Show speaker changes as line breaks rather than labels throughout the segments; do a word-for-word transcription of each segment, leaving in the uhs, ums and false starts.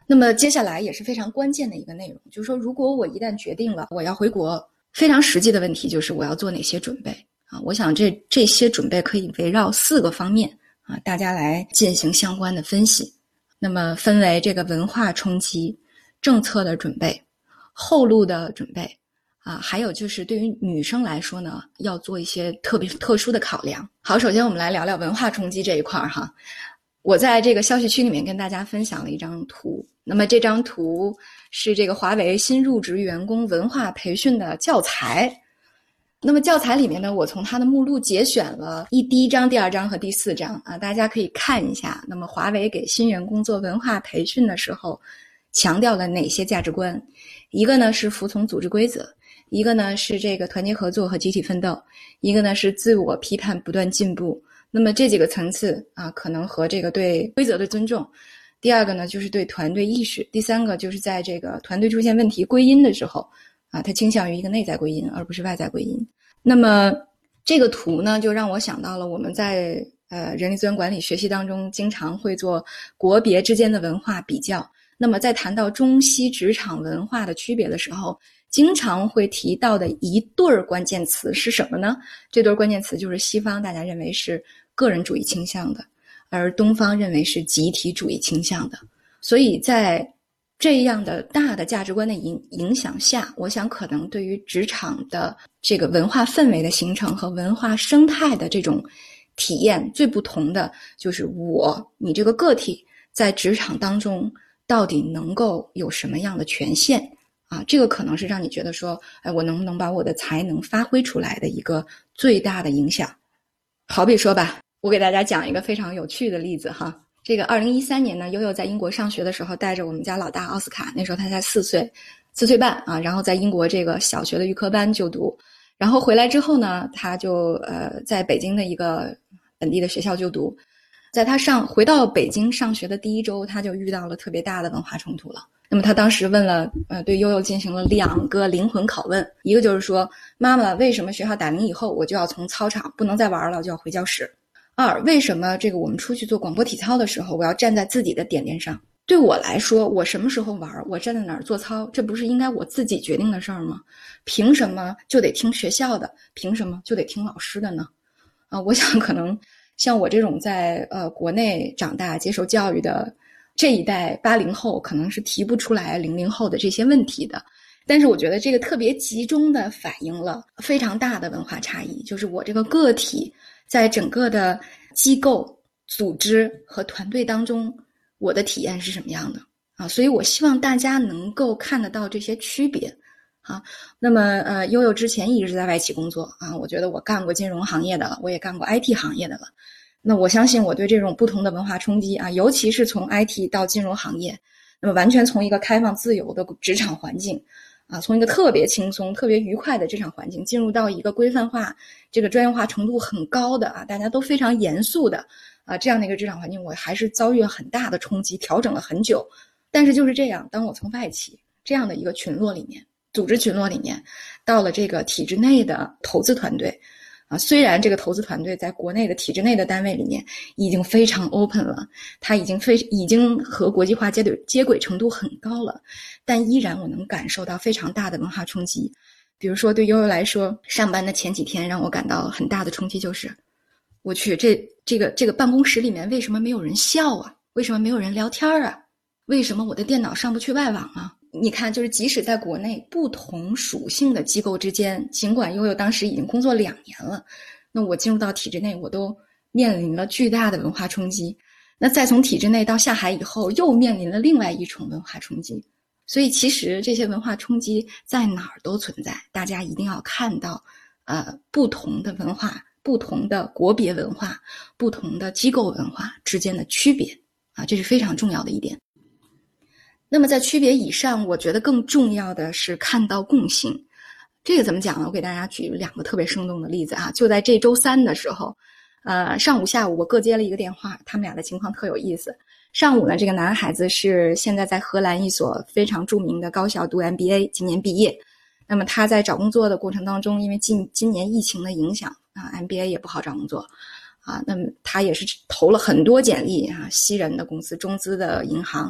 那么接下来也是非常关键的一个内容，就是说如果我一旦决定了我要回国，非常实际的问题就是我要做哪些准备啊？我想这这些准备可以围绕四个方面啊，大家来进行相关的分析。那么分为这个文化冲击、政策的准备、后路的准备啊，还有就是对于女生来说呢，要做一些特别特殊的考量。好，首先我们来聊聊文化冲击这一块哈。我在这个消息区里面跟大家分享了一张图，那么这张图是这个华为新入职员工文化培训的教材。那么教材里面呢，我从它的目录节选了一第一章、第二章和第四章啊，大家可以看一下。那么华为给新员工做文化培训的时候，强调了哪些价值观？一个呢是服从组织规则，一个呢是这个团结合作和集体奋斗，一个呢是自我批判、不断进步。那么这几个层次啊，可能和这个对规则的尊重。第二个呢，就是对团队意识。第三个就是在这个团队出现问题归因的时候啊，它倾向于一个内在归因，而不是外在归因。那么这个图呢，就让我想到了我们在呃人力资源管理学习当中经常会做国别之间的文化比较。那么在谈到中西职场文化的区别的时候，经常会提到的一对儿关键词是什么呢？这对关键词就是西方大家认为是个人主义倾向的，而东方认为是集体主义倾向的。所以在这样的大的价值观的影影响下，我想可能对于职场的这个文化氛围的形成和文化生态的这种体验，最不同的就是我你这个个体在职场当中到底能够有什么样的权限啊？这个可能是让你觉得说，哎，我能不能把我的才能发挥出来的一个最大的影响。好比说吧，我给大家讲一个非常有趣的例子哈。这个二零一三年呢，悠悠在英国上学的时候，带着我们家老大奥斯卡，那时候他才四岁，四岁半啊，然后在英国这个小学的预科班就读，然后回来之后呢，他就呃在北京的一个本地的学校就读。在他上回到北京上学的第一周，他就遇到了特别大的文化冲突了。那么他当时问了呃对悠悠进行了两个灵魂拷问，一个就是说，妈妈为什么学校打铃以后我就要从操场不能再玩了，就要回教室？二，为什么这个我们出去做广播体操的时候，我要站在自己的点点上？对我来说，我什么时候玩，我站在哪儿做操，这不是应该我自己决定的事儿吗？凭什么就得听学校的？凭什么就得听老师的呢？啊，我想可能像我这种在呃国内长大接受教育的这一代八零后，可能是提不出来零零后的这些问题的。但是我觉得这个特别集中的反映了非常大的文化差异，就是我这个个体在整个的机构、组织和团队当中，我的体验是什么样的啊？所以我希望大家能够看得到这些区别啊。那么呃，悠悠之前一直在外企工作啊，我觉得我干过金融行业的了，我也干过 I T 行业的了。那我相信我对这种不同的文化冲击啊，尤其是从 I T 到金融行业，那么完全从一个开放自由的职场环境啊，从一个特别轻松、特别愉快的职场环境，进入到一个规范化、这个专业化程度很高的啊，大家都非常严肃的啊这样的一个职场环境，我还是遭遇了很大的冲击，调整了很久。但是就是这样，当我从外企这样的一个群落里面、组织群落里面，到了这个体制内的投资团队啊，虽然这个投资团队在国内的体制内的单位里面已经非常 open 了，它已经非已经和国际化接轨接轨程度很高了，但依然我能感受到非常大的文化冲击。比如说对悠悠来说，上班的前几天让我感到很大的冲击就是，我去这这个这个办公室里面为什么没有人笑啊？为什么没有人聊天啊？为什么我的电脑上不去外网啊？你看，就是即使在国内不同属性的机构之间，尽管悠悠当时已经工作两年了，那我进入到体制内，我都面临了巨大的文化冲击。那再从体制内到下海以后，又面临了另外一重文化冲击。所以其实这些文化冲击在哪儿都存在，大家一定要看到呃不同的文化、不同的国别文化、不同的机构文化之间的区别啊，这是非常重要的一点。那么在区别以上，我觉得更重要的是看到共性。这个怎么讲呢？我给大家举两个特别生动的例子啊。就在这周三的时候，呃，上午下午我各接了一个电话，他们俩的情况特有意思。上午呢，这个男孩子是现在在荷兰一所非常著名的高校读 M B A， 今年毕业。那么他在找工作的过程当中，因为今今年疫情的影响啊 ，M B A 也不好找工作啊。那么他也是投了很多简历啊，西人的公司、中资的银行。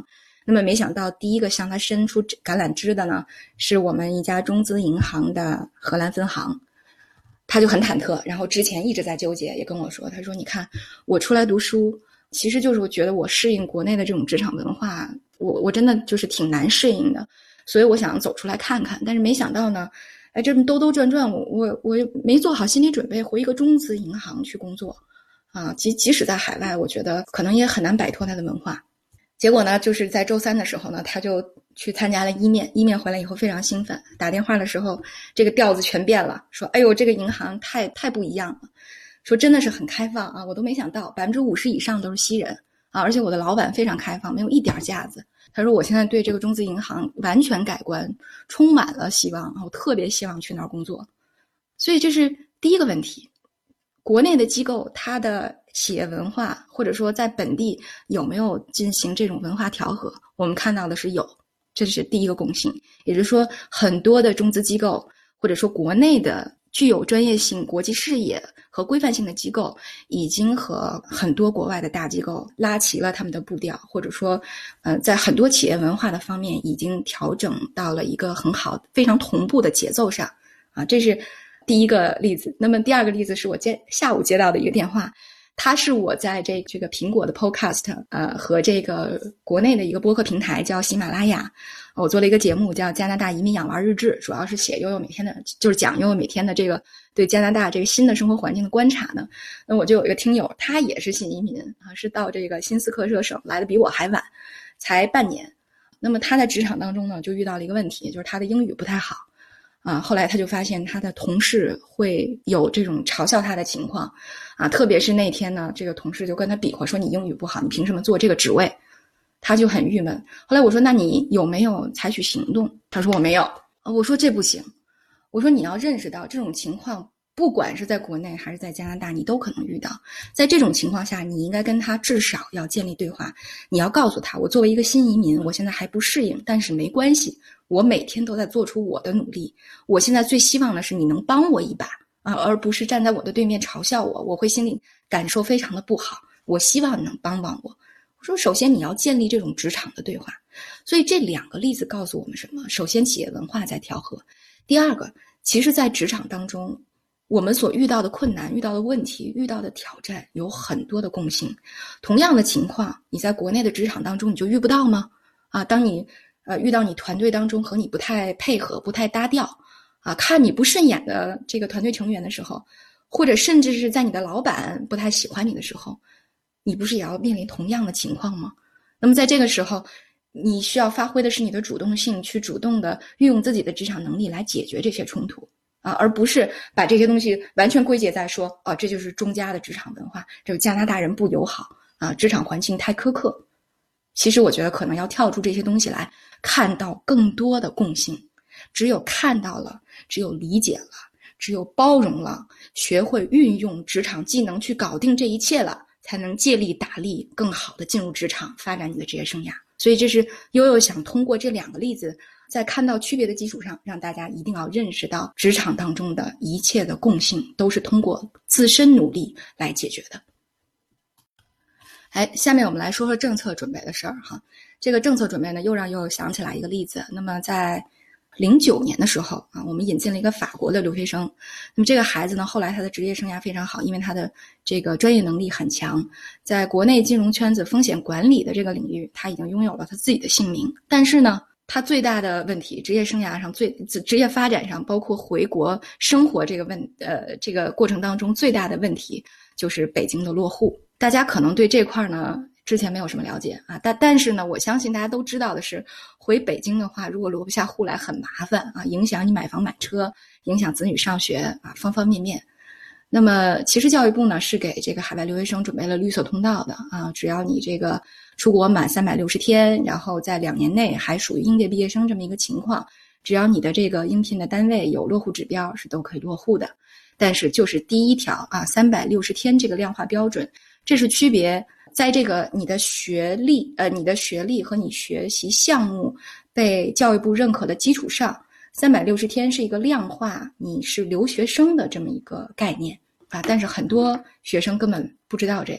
那么没想到第一个向他伸出橄榄枝的呢，是我们一家中资银行的荷兰分行。他就很忐忑，然后之前一直在纠结，也跟我说，他说你看我出来读书，其实就是我觉得我适应国内的这种职场文化，我我真的就是挺难适应的，所以我想走出来看看。但是没想到呢，哎，这么兜兜转转，我我我没做好心理准备，回一个中资银行去工作啊，即即使在海外，我觉得可能也很难摆脱他的文化。结果呢，就是在周三的时候呢，他就去参加了一面，一面回来以后非常兴奋，打电话的时候这个调子全变了，说哎呦这个银行太太不一样了，说真的是很开放啊，我都没想到百分之五十以上都是西人啊，而且我的老板非常开放，没有一点架子。他说我现在对这个中资银行完全改观，充满了希望，我特别希望去那儿工作。所以这是第一个问题，国内的机构它的企业文化或者说在本地有没有进行这种文化调和，我们看到的是有，这是第一个共性。也就是说很多的中资机构或者说国内的具有专业性、国际视野和规范性的机构已经和很多国外的大机构拉齐了他们的步调，或者说呃，在很多企业文化的方面已经调整到了一个很好非常同步的节奏上啊，这是第一个例子。那么第二个例子是我接下午接到的一个电话，它是我在这这个苹果的 podcast 呃和这个国内的一个播客平台叫喜马拉雅，我做了一个节目叫加拿大移民养娃日志，主要是写悠悠每天的，就是讲悠悠每天的这个对加拿大这个新的生活环境的观察呢。那我就有一个听友，他也是新移民啊，是到这个新斯科舍省来的，比我还晚，才半年。那么他在职场当中呢，就遇到了一个问题，就是他的英语不太好啊，后来他就发现他的同事会有这种嘲笑他的情况啊，特别是那天呢，这个同事就跟他比划说你英语不好，你凭什么做这个职位？他就很郁闷。后来我说那你有没有采取行动？他说我没有。我说这不行，我说你要认识到这种情况不管是在国内还是在加拿大你都可能遇到，在这种情况下你应该跟他至少要建立对话，你要告诉他我作为一个新移民我现在还不适应，但是没关系，我每天都在做出我的努力，我现在最希望的是你能帮我一把啊，而不是站在我的对面嘲笑我，我会心里感受非常的不好，我希望你能帮帮我。我说首先你要建立这种职场的对话，所以这两个例子告诉我们什么？首先企业文化在调和，第二个其实在职场当中我们所遇到的困难、遇到的问题、遇到的挑战有很多的共性。同样的情况你在国内的职场当中你就遇不到吗？啊，当你呃遇到你团队当中和你不太配合、不太搭调啊，看你不顺眼的这个团队成员的时候，或者甚至是在你的老板不太喜欢你的时候，你不是也要面临同样的情况吗？那么在这个时候你需要发挥的是你的主动性，去主动的运用自己的职场能力来解决这些冲突啊，而不是把这些东西完全归结在说啊，这就是中加的职场文化，这个加拿大人不友好啊，职场环境太苛刻。其实我觉得可能要跳出这些东西来看到更多的共性，只有看到了，只有理解了，只有包容了，学会运用职场技能去搞定这一切了，才能借力打力，更好的进入职场，发展你的职业生涯。所以这是悠悠想通过这两个例子，在看到区别的基础上，让大家一定要认识到职场当中的一切的共性都是通过自身努力来解决的。哎，下面我们来说说政策准备的事儿哈。这个政策准备呢，又让悠悠想起来一个例子。那么在零九年的时候啊，我们引进了一个法国的留学生。那么这个孩子呢，后来他的职业生涯非常好，因为他的这个专业能力很强，在国内金融圈子风险管理的这个领域，他已经拥有了他自己的姓名。但是呢，他最大的问题，职业生涯上最职业发展上，包括回国生活这个问呃这个过程当中最大的问题就是北京的落户。大家可能对这块呢之前没有什么了解啊，但但是呢，我相信大家都知道的是，回北京的话，如果落不下户来很麻烦啊，影响你买房买车，影响子女上学啊，方方面面。那么其实教育部呢是给这个海外留学生准备了绿色通道的啊，只要你这个出国满三百六十天，然后在两年内还属于应届毕业生这么一个情况，只要你的这个应聘的单位有落户指标，是都可以落户的。但是就是第一条啊，三百六十天这个量化标准，这是区别在这个你的学历呃你的学历和你学习项目被教育部认可的基础上，三百六十天是一个量化你是留学生的这么一个概念啊，但是很多学生根本不知道这个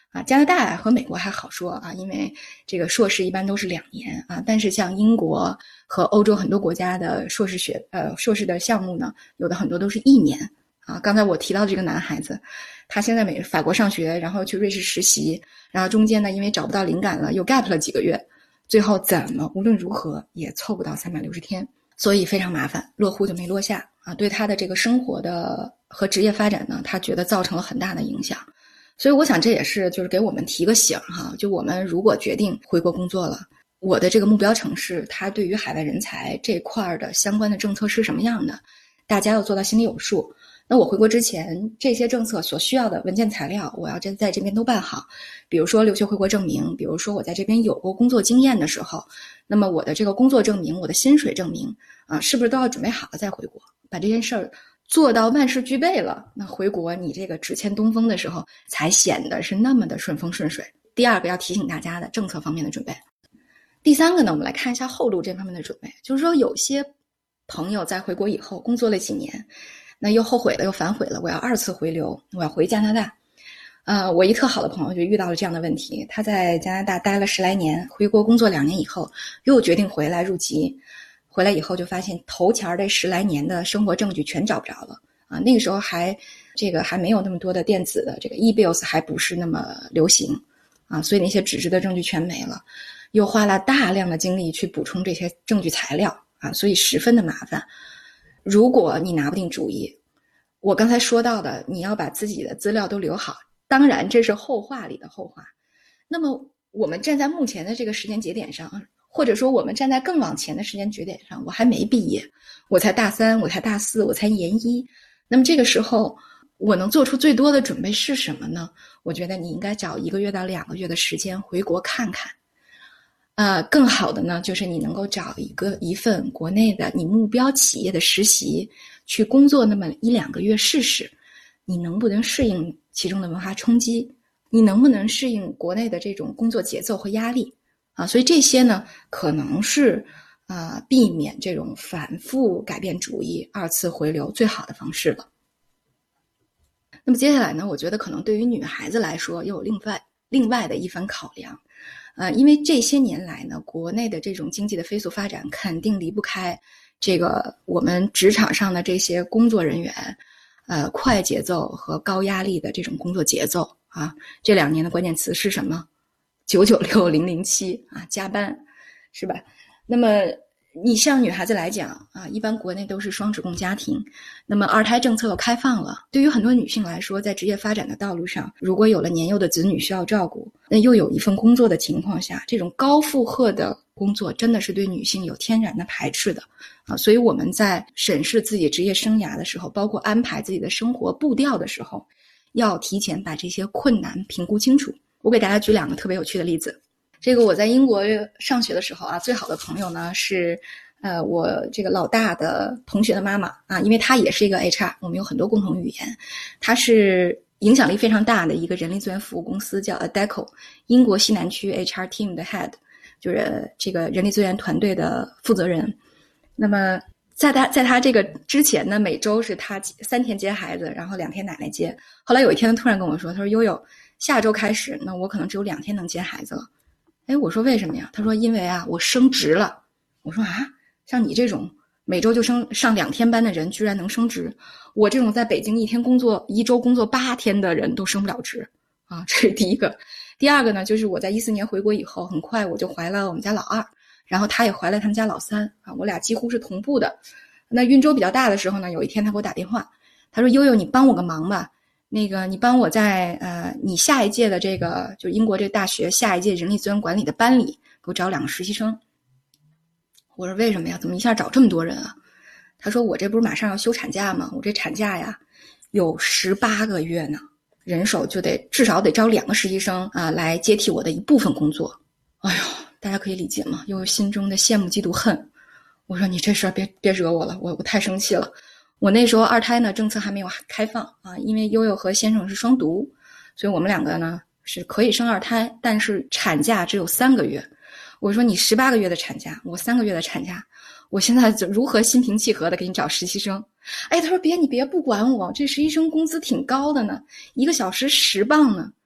啊，加拿大和美国还好说啊，因为这个硕士一般都是两年啊，但是像英国和欧洲很多国家的硕士学呃硕士的项目呢，有的很多都是一年啊。刚才我提到的这个男孩子，他现在美法国上学，然后去瑞士实习，然后中间呢因为找不到灵感了，又 gap 了几个月，最后怎么无论如何也凑不到三百六十天，所以非常麻烦，落户就没落下啊，对他的这个生活的和职业发展呢，他觉得造成了很大的影响。所以我想这也是就是给我们提个醒哈，就我们如果决定回国工作了，我的这个目标城市它对于海外人才这块的相关的政策是什么样的，大家要做到心里有数。那我回国之前这些政策所需要的文件材料我要在这边都办好，比如说留学回国证明，比如说我在这边有过工作经验的时候，那么我的这个工作证明，我的薪水证明啊，是不是都要准备好了再回国，把这件事儿做到万事俱备了，那回国你这个只欠东风的时候才显得是那么的顺风顺水。第二个要提醒大家的政策方面的准备。第三个呢，我们来看一下后路这方面的准备，就是说有些朋友在回国以后工作了几年，那又后悔了又反悔了，我要二次回流，我要回加拿大。呃，我一特好的朋友就遇到了这样的问题，他在加拿大待了十来年，回国工作两年以后又决定回来入籍，回来以后就发现头前这十来年的生活证据全找不着了啊！那个时候还这个还没有那么多的电子的这个 e-bills 还不是那么流行啊，所以那些纸质的证据全没了，又花了大量的精力去补充这些证据材料啊，所以十分的麻烦。如果你拿不定主意，我刚才说到的，你要把自己的资料都留好，当然这是后话里的后话。那么我们站在目前的这个时间节点上，或者说我们站在更往前的时间节点上，我还没毕业，我才大三，我才大四，我才研一，那么这个时候我能做出最多的准备是什么呢？我觉得你应该找一个月到两个月的时间回国看看。呃，更好的呢，就是你能够找一个一份国内的你目标企业的实习，去工作那么一两个月试试，你能不能适应其中的文化冲击，你能不能适应国内的这种工作节奏和压力啊？所以这些呢，可能是啊、呃、避免这种反复改变主意、二次回流最好的方式了。那么接下来呢，我觉得可能对于女孩子来说，又有另外另外的一番考量。呃，因为这些年来呢，国内的这种经济的飞速发展，肯定离不开这个我们职场上的这些工作人员，呃，快节奏和高压力的这种工作节奏啊。这两年的关键词是什么？九九六零零七啊，加班，是吧？那么你像女孩子来讲啊，一般国内都是双职工家庭，那么二胎政策开放了，对于很多女性来说，在职业发展的道路上，如果有了年幼的子女需要照顾，那又有一份工作的情况下，这种高负荷的工作真的是对女性有天然的排斥的啊。所以我们在审视自己职业生涯的时候，包括安排自己的生活步调的时候，要提前把这些困难评估清楚。我给大家举两个特别有趣的例子。这个我在英国上学的时候啊，最好的朋友呢是呃我这个老大的同学的妈妈啊，因为她也是一个 H R， 我们有很多共同语言。她是影响力非常大的一个人力资源服务公司叫 Adecco， 英国西南区 H R team 的 head， 就是这个人力资源团队的负责人。那么在他在他这个之前呢，每周是他三天接孩子，然后两天奶奶接。后来有一天他突然跟我说，他说悠悠，下周开始那我可能只有两天能接孩子了。哎，我说为什么呀？他说因为啊，我升职了。我说啊，像你这种每周就升上两天班的人，居然能升职？我这种在北京一天工作一周工作八天的人都升不了职啊！这是第一个。第二个呢，就是我在一四年回国以后，很快我就怀了我们家老二，然后他也怀了他们家老三啊，我俩几乎是同步的。那孕周比较大的时候呢，有一天他给我打电话，他说悠悠，你帮我个忙吧。那个，你帮我在呃，你下一届的这个，就英国这个大学下一届人力资源管理的班里，给我找两个实习生。我说为什么呀？怎么一下找这么多人啊？他说我这不是马上要休产假吗？我这产假呀，有十八个月呢，人手就得至少得招两个实习生啊，来接替我的一部分工作。哎呦，大家可以理解吗？又有心中的羡慕、嫉妒、恨。我说你这事儿别别惹我了，我我太生气了。我那时候二胎呢，政策还没有开放啊，因为悠悠和先生是双独，所以我们两个呢是可以生二胎，但是产假只有三个月。我说你十八个月的产假，我三个月的产假，我现在如何心平气和的给你找实习生？哎，他说别，你别不管我，这实习生工资挺高的呢，一个小时十磅呢。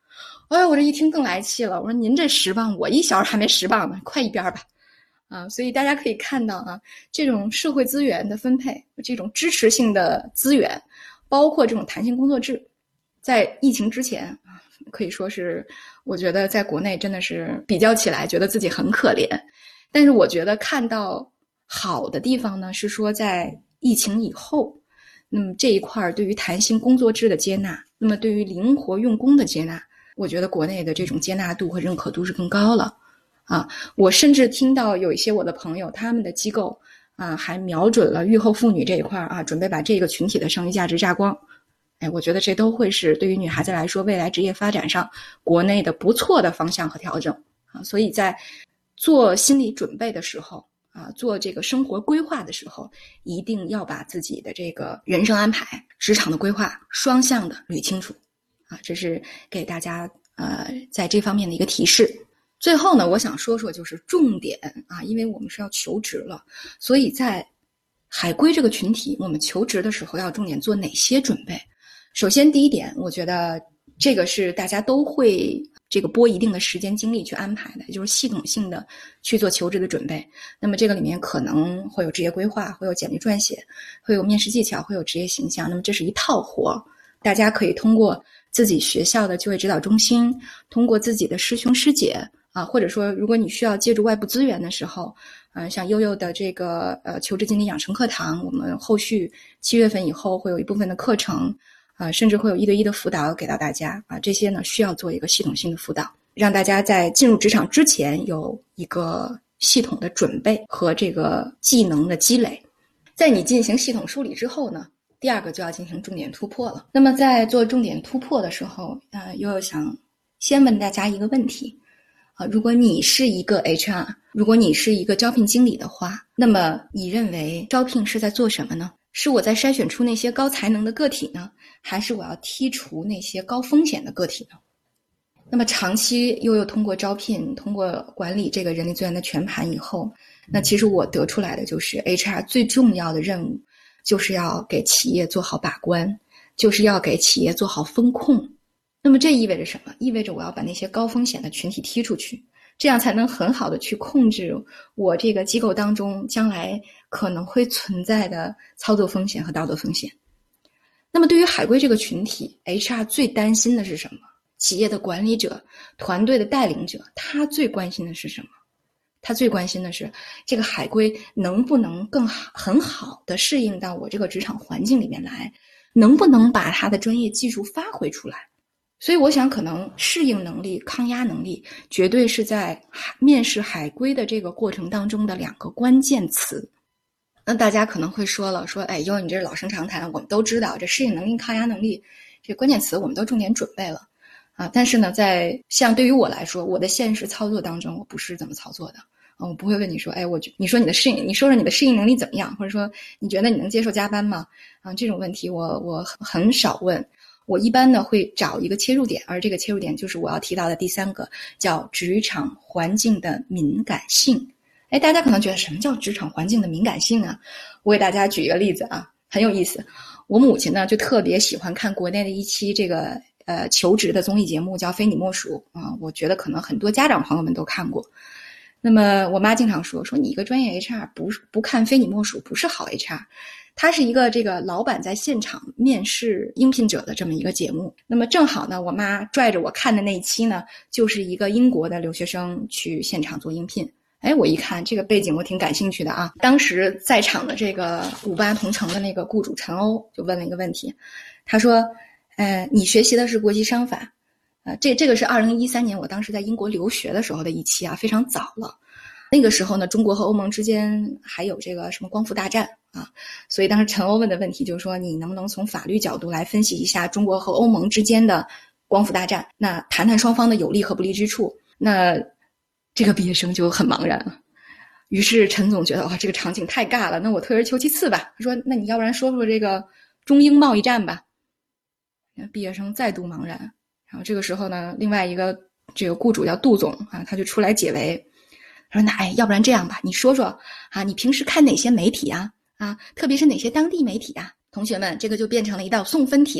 哎，我这一听更来气了，我说您这十磅，我一小时还没十磅呢，快一边吧。啊，所以大家可以看到啊，这种社会资源的分配，这种支持性的资源，包括这种弹性工作制，在疫情之前啊，可以说是我觉得在国内真的是比较起来觉得自己很可怜。但是我觉得看到好的地方呢，是说在疫情以后，那么这一块对于弹性工作制的接纳，那么对于灵活用工的接纳，我觉得国内的这种接纳度和认可度是更高了。啊，我甚至听到有一些我的朋友，他们的机构啊，还瞄准了育后妇女这一块啊，准备把这个群体的剩余价值榨光。哎，我觉得这都会是对于女孩子来说，未来职业发展上国内的不错的方向和调整啊。所以在做心理准备的时候啊，做这个生活规划的时候，一定要把自己的这个人生安排、职场的规划双向的捋清楚啊。这是给大家呃在这方面的一个提示。最后呢，我想说说就是重点啊，因为我们是要求职了，所以在海归这个群体，我们求职的时候要重点做哪些准备？首先，第一点，我觉得这个是大家都会这个拨一定的时间精力去安排的，也就是系统性的去做求职的准备。那么这个里面可能会有职业规划，会有简历撰写，会有面试技巧，会有职业形象。那么这是一套活，大家可以通过自己学校的就业指导中心，通过自己的师兄师姐。啊，或者说，如果你需要借助外部资源的时候，嗯、呃，像悠悠的这个呃求职经理养成课堂，我们后续七月份以后会有一部分的课程，啊、呃，甚至会有一对一的辅导给到大家啊。这些呢需要做一个系统性的辅导，让大家在进入职场之前有一个系统的准备和这个技能的积累。在你进行系统梳理之后呢，第二个就要进行重点突破了。那么在做重点突破的时候，呃，悠悠想先问大家一个问题。啊，如果你是一个 H R， 如果你是一个招聘经理的话，那么你认为招聘是在做什么呢？是我在筛选出那些高才能的个体呢，还是我要剔除那些高风险的个体呢？那么长期悠悠通过招聘，通过管理这个人力资源的全盘以后，那其实我得出来的就是 H R 最重要的任务就是要给企业做好把关，就是要给企业做好风控。那么这意味着什么？意味着我要把那些高风险的群体踢出去，这样才能很好的去控制我这个机构当中将来可能会存在的操作风险和道德风险。那么对于海归这个群体 ，H R 最担心的是什么？企业的管理者、团队的带领者，他最关心的是什么？他最关心的是这个海归能不能更好、很好的适应到我这个职场环境里面来，能不能把他的专业技术发挥出来。所以我想可能适应能力、抗压能力绝对是在面试海归的这个过程当中的两个关键词。那大家可能会说了，说哎哟，你这是老生常谈，我们都知道这适应能力、抗压能力这关键词我们都重点准备了啊。但是呢，在像对于我来说，我的现实操作当中，我不是这么操作的啊。我不会问你说，哎，我你说你的适应，你说说你的适应能力怎么样，或者说你觉得你能接受加班吗？啊，这种问题我我很少问。我一般呢会找一个切入点，而这个切入点就是我要提到的第三个，叫职场环境的敏感性。哎，大家可能觉得什么叫职场环境的敏感性啊？我给大家举一个例子啊，很有意思。我母亲呢就特别喜欢看国内的一期这个呃求职的综艺节目，叫《非你莫属》啊。我觉得可能很多家长朋友们都看过。那么我妈经常说说你一个专业 H R 不不看《非你莫属》不是好 H R。它是一个这个老板在现场面试应聘者的这么一个节目。那么正好呢，我妈拽着我看的那一期呢，就是一个英国的留学生去现场做应聘。哎，我一看这个背景我挺感兴趣的啊。当时在场的这个五八同城的那个雇主陈欧就问了一个问题，他说呃，你学习的是国际商法呃，这这个是二零一三年我当时在英国留学的时候的一期啊，非常早了。那个时候呢，中国和欧盟之间还有这个什么光伏大战啊，所以当时陈欧问的问题就是说，你能不能从法律角度来分析一下中国和欧盟之间的光伏大战？那谈谈双方的有利和不利之处。那这个毕业生就很茫然了。于是陈总觉得哇，这个场景太尬了，那我退而求其次吧。他说，那你要不然说说这个中英贸易战吧。毕业生再度茫然。然后这个时候呢，另外一个这个雇主叫杜总啊，他就出来解围。他说那哎，要不然这样吧，你说说啊，你平时看哪些媒体啊？啊，特别是哪些当地媒体啊？同学们，这个就变成了一道送分题了。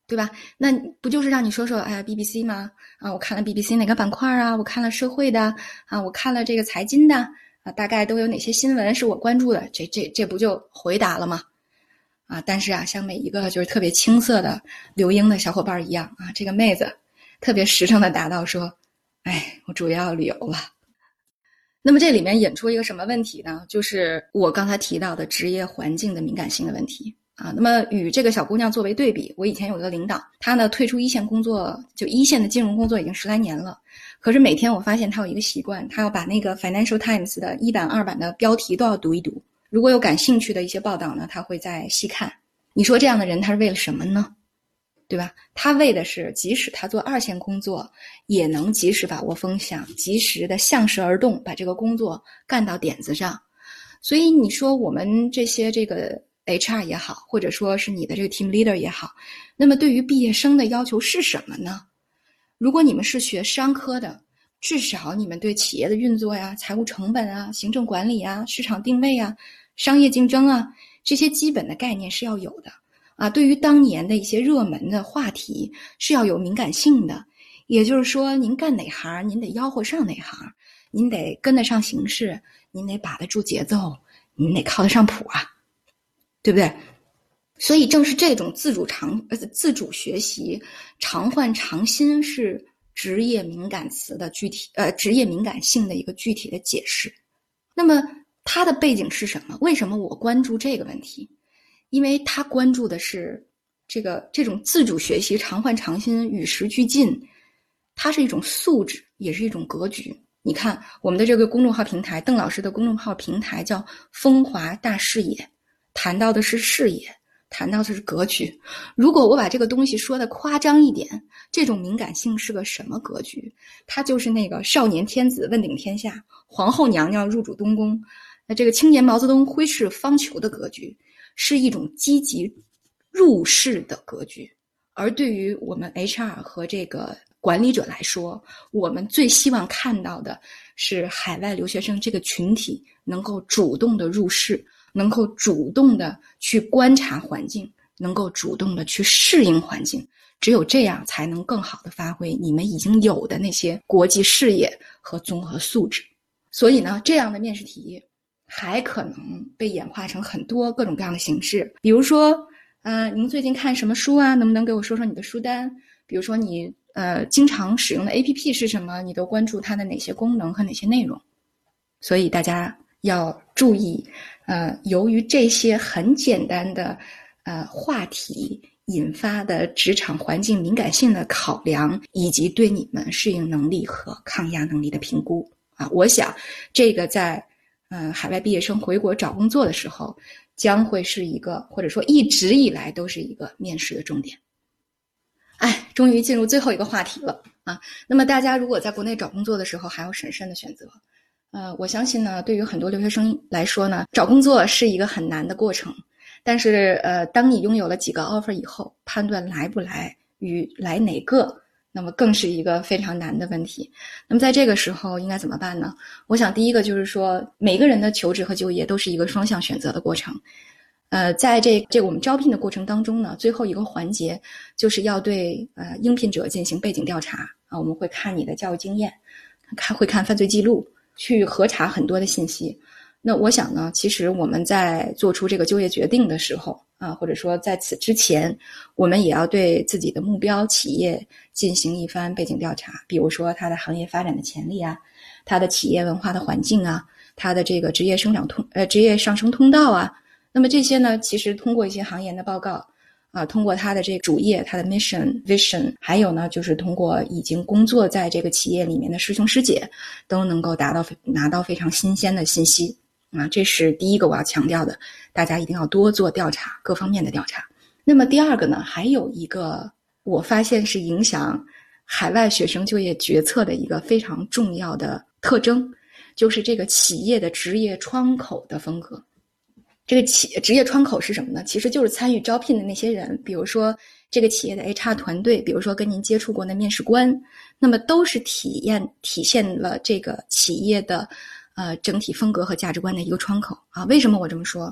对吧？那不就是让你说说，哎呀 B B C 吗？啊，我看了 B B C 哪个板块啊？我看了社会的啊，我看了这个财经的啊，大概都有哪些新闻是我关注的？这这这不就回答了吗？啊，但是啊，像每一个就是特别青涩的留英的小伙伴一样啊，这个妹子特别实诚的答道说，哎，我主要旅游了。那么这里面引出一个什么问题呢？就是我刚才提到的职业环境的敏感性的问题。啊，那么与这个小姑娘作为对比，我以前有一个领导，他呢退出一线工作，就一线的金融工作已经十来年了。可是每天我发现他有一个习惯，他要把那个 Financial Times 的一版二版的标题都要读一读。如果有感兴趣的一些报道呢，他会再细看。你说这样的人他是为了什么呢？对吧？他为的是，即使他做二线工作，也能及时把握风向，及时的向时而动，把这个工作干到点子上。所以你说我们这些这个H R 也好，或者说是你的这个 team leader 也好，那么对于毕业生的要求是什么呢？如果你们是学商科的，至少你们对企业的运作呀、财务成本啊、行政管理啊、市场定位啊、商业竞争啊，这些基本的概念是要有的啊。对于当年的一些热门的话题是要有敏感性的。也就是说，您干哪行，您得吆喝上哪行，您得跟得上形势，您得把得住节奏，您得靠得上谱啊。对不对？所以正是这种自主常呃自主学习、常换常新，是职业敏感词的具体呃职业敏感性的一个具体的解释。那么它的背景是什么？为什么我关注这个问题？因为他关注的是这个这种自主学习、常换常新、与时俱进，它是一种素质，也是一种格局。你看我们的这个公众号平台，邓老师的公众号平台叫风华大视野，谈到的是视野，谈到的是格局。如果我把这个东西说的夸张一点，这种敏感性是个什么格局？它就是那个少年天子问鼎天下，皇后娘娘入主东宫，那这个青年毛泽东挥斥方遒的格局，是一种积极入世的格局。而对于我们 H R 和这个管理者来说，我们最希望看到的是海外留学生这个群体能够主动的入世，能够主动的去观察环境，能够主动的去适应环境。只有这样才能更好的发挥你们已经有的那些国际视野和综合素质。所以呢，这样的面试题还可能被演化成很多各种各样的形式。比如说呃，您最近看什么书啊？能不能给我说说你的书单？比如说你呃经常使用的 A P P 是什么？你都关注它的哪些功能和哪些内容？所以大家要注意，呃，由于这些很简单的呃话题引发的职场环境敏感性的考量，以及对你们适应能力和抗压能力的评估啊，我想这个在呃海外毕业生回国找工作的时候，将会是一个，或者说一直以来都是一个面试的重点。哎，终于进入最后一个话题了啊！那么大家如果在国内找工作的时候还要审慎的选择，呃，我相信呢，对于很多留学生来说呢，找工作是一个很难的过程。但是呃，当你拥有了几个 offer 以后，判断来不来与来哪个，那么更是一个非常难的问题。那么在这个时候应该怎么办呢？我想第一个就是说，每个人的求职和就业都是一个双向选择的过程。呃，在这这个我们招聘的过程当中呢，最后一个环节就是要对呃应聘者进行背景调查啊，我们会看你的教育经验，看会看犯罪记录，去核查很多的信息。那我想呢，其实我们在做出这个就业决定的时候啊，或者说在此之前，我们也要对自己的目标企业进行一番背景调查，比如说它的行业发展的潜力啊，它的企业文化的环境啊，它的这个职业生长通呃职业上升通道啊。那么这些呢，其实通过一些行研的报告啊，通过它的这个主业，它的 mission vision， 还有呢就是通过已经工作在这个企业里面的师兄师姐，都能够达到拿到非常新鲜的信息啊，这是第一个我要强调的，大家一定要多做调查，各方面的调查。那么第二个呢，还有一个我发现是影响海外学生就业决策的一个非常重要的特征，就是这个企业的职业窗口的风格。这个企职业窗口是什么呢？其实就是参与招聘的那些人，比如说这个企业的 H R 团队，比如说跟您接触过的面试官，那么都是体验体现了这个企业的呃整体风格和价值观的一个窗口啊。为什么我这么说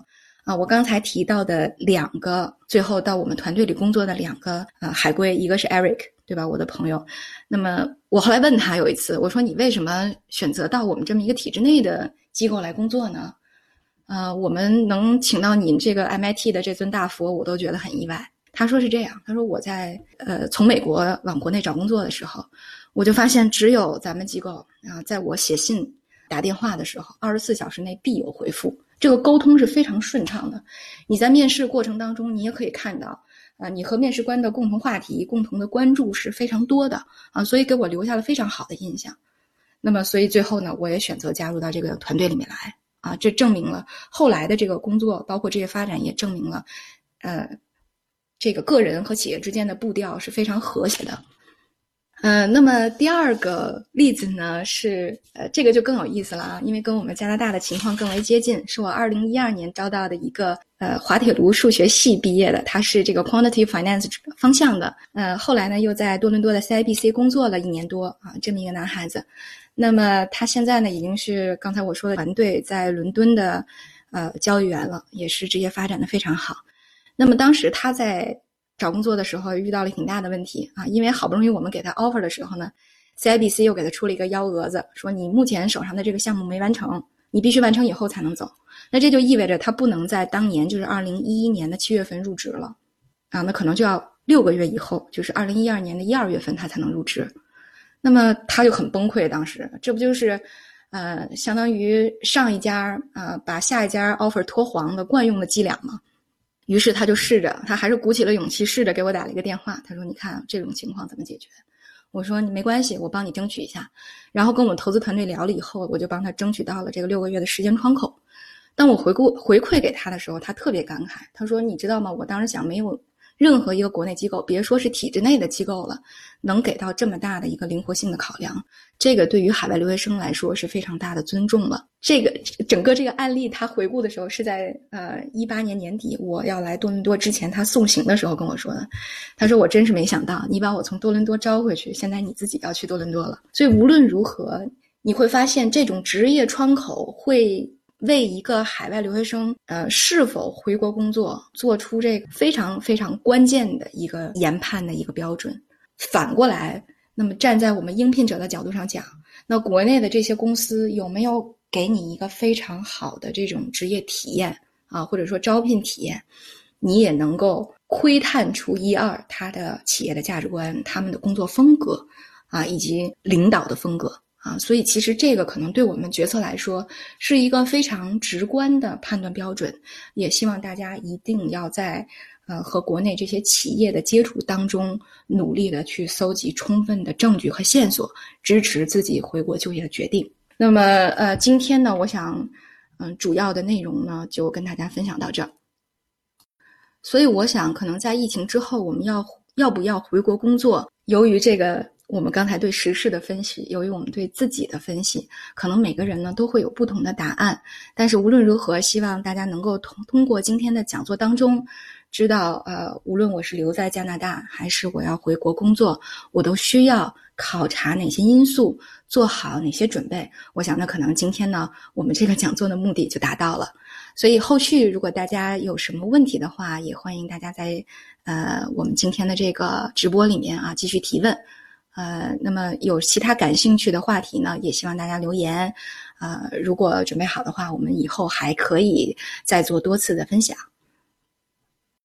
啊，我刚才提到的两个最后到我们团队里工作的两个呃海归，一个是 Eric， 对吧，我的朋友。那么我后来问他有一次，我说你为什么选择到我们这么一个体制内的机构来工作呢？呃，我们能请到您这个 M I T 的这尊大佛，我都觉得很意外。他说是这样，他说我在呃从美国往国内找工作的时候，我就发现只有咱们机构啊，在我写信打电话的时候，二十四小时内必有回复，这个沟通是非常顺畅的。你在面试过程当中，你也可以看到啊，你和面试官的共同话题、共同的关注是非常多的啊，所以给我留下了非常好的印象。那么，所以最后呢，我也选择加入到这个团队里面来啊，这证明了后来的这个工作，包括这些发展，也证明了，呃，这个个人和企业之间的步调是非常和谐的。呃，那么第二个例子呢是，呃，这个就更有意思了啊，因为跟我们加拿大的情况更为接近，是我二零一二年招到的一个呃滑铁卢数学系毕业的，他是这个 quantitative finance 方向的，呃，后来呢又在多伦多的 C I B C 工作了一年多啊，这么一个男孩子。那么他现在呢已经是刚才我说的团队在伦敦的呃交易员了，也是职业发展的非常好。那么当时他在找工作的时候遇到了挺大的问题啊，因为好不容易我们给他 offer 的时候呢 ，C I B C 又给他出了一个幺蛾子，说你目前手上的这个项目没完成，你必须完成以后才能走。那这就意味着他不能在当年就是二零一一年的七月份入职了啊，那可能就要六个月以后，就是二零一二年的一二月份他才能入职。那么他就很崩溃，当时这不就是呃相当于上一家呃把下一家 offer 拖黄的惯用的伎俩吗？于是他就试着，他还是鼓起了勇气，试着给我打了一个电话。他说：“你看这种情况怎么解决？”我说：“你没关系，我帮你争取一下。”然后跟我们投资团队聊了以后，我就帮他争取到了这个六个月的时间窗口。当我回顾回馈给他的时候，他特别感慨，他说：“你知道吗？我当时想，没有任何一个国内机构，别说是体制内的机构了，能给到这么大的一个灵活性的考量，这个对于海外留学生来说是非常大的尊重了。”这个整个这个案例他回顾的时候是在呃一八年年底我要来多伦多之前，他送行的时候跟我说的。他说：“我真是没想到你把我从多伦多招回去，现在你自己要去多伦多了。”所以无论如何，你会发现这种职业窗口会为一个海外留学生呃是否回国工作做出这个非常非常关键的一个研判的一个标准。反过来，那么站在我们应聘者的角度上讲，那国内的这些公司有没有给你一个非常好的这种职业体验啊，或者说招聘体验，你也能够窥探出一二他的企业的价值观，他们的工作风格啊，以及领导的风格啊，所以其实这个可能对我们决策来说是一个非常直观的判断标准，也希望大家一定要在呃和国内这些企业的接触当中努力的去搜集充分的证据和线索，支持自己回国就业的决定。那么呃今天呢，我想嗯、呃、主要的内容呢就跟大家分享到这儿。所以我想可能在疫情之后，我们要要不要回国工作，由于这个我们刚才对时事的分析，由于我们对自己的分析，可能每个人呢都会有不同的答案。但是无论如何，希望大家能够通通过今天的讲座当中，知道呃，无论我是留在加拿大，还是我要回国工作，我都需要考察哪些因素，做好哪些准备。我想呢，可能今天呢，我们这个讲座的目的就达到了。所以后续如果大家有什么问题的话，也欢迎大家在呃我们今天的这个直播里面啊继续提问。呃，那么有其他感兴趣的话题呢，也希望大家留言。呃，如果准备好的话，我们以后还可以再做多次的分享。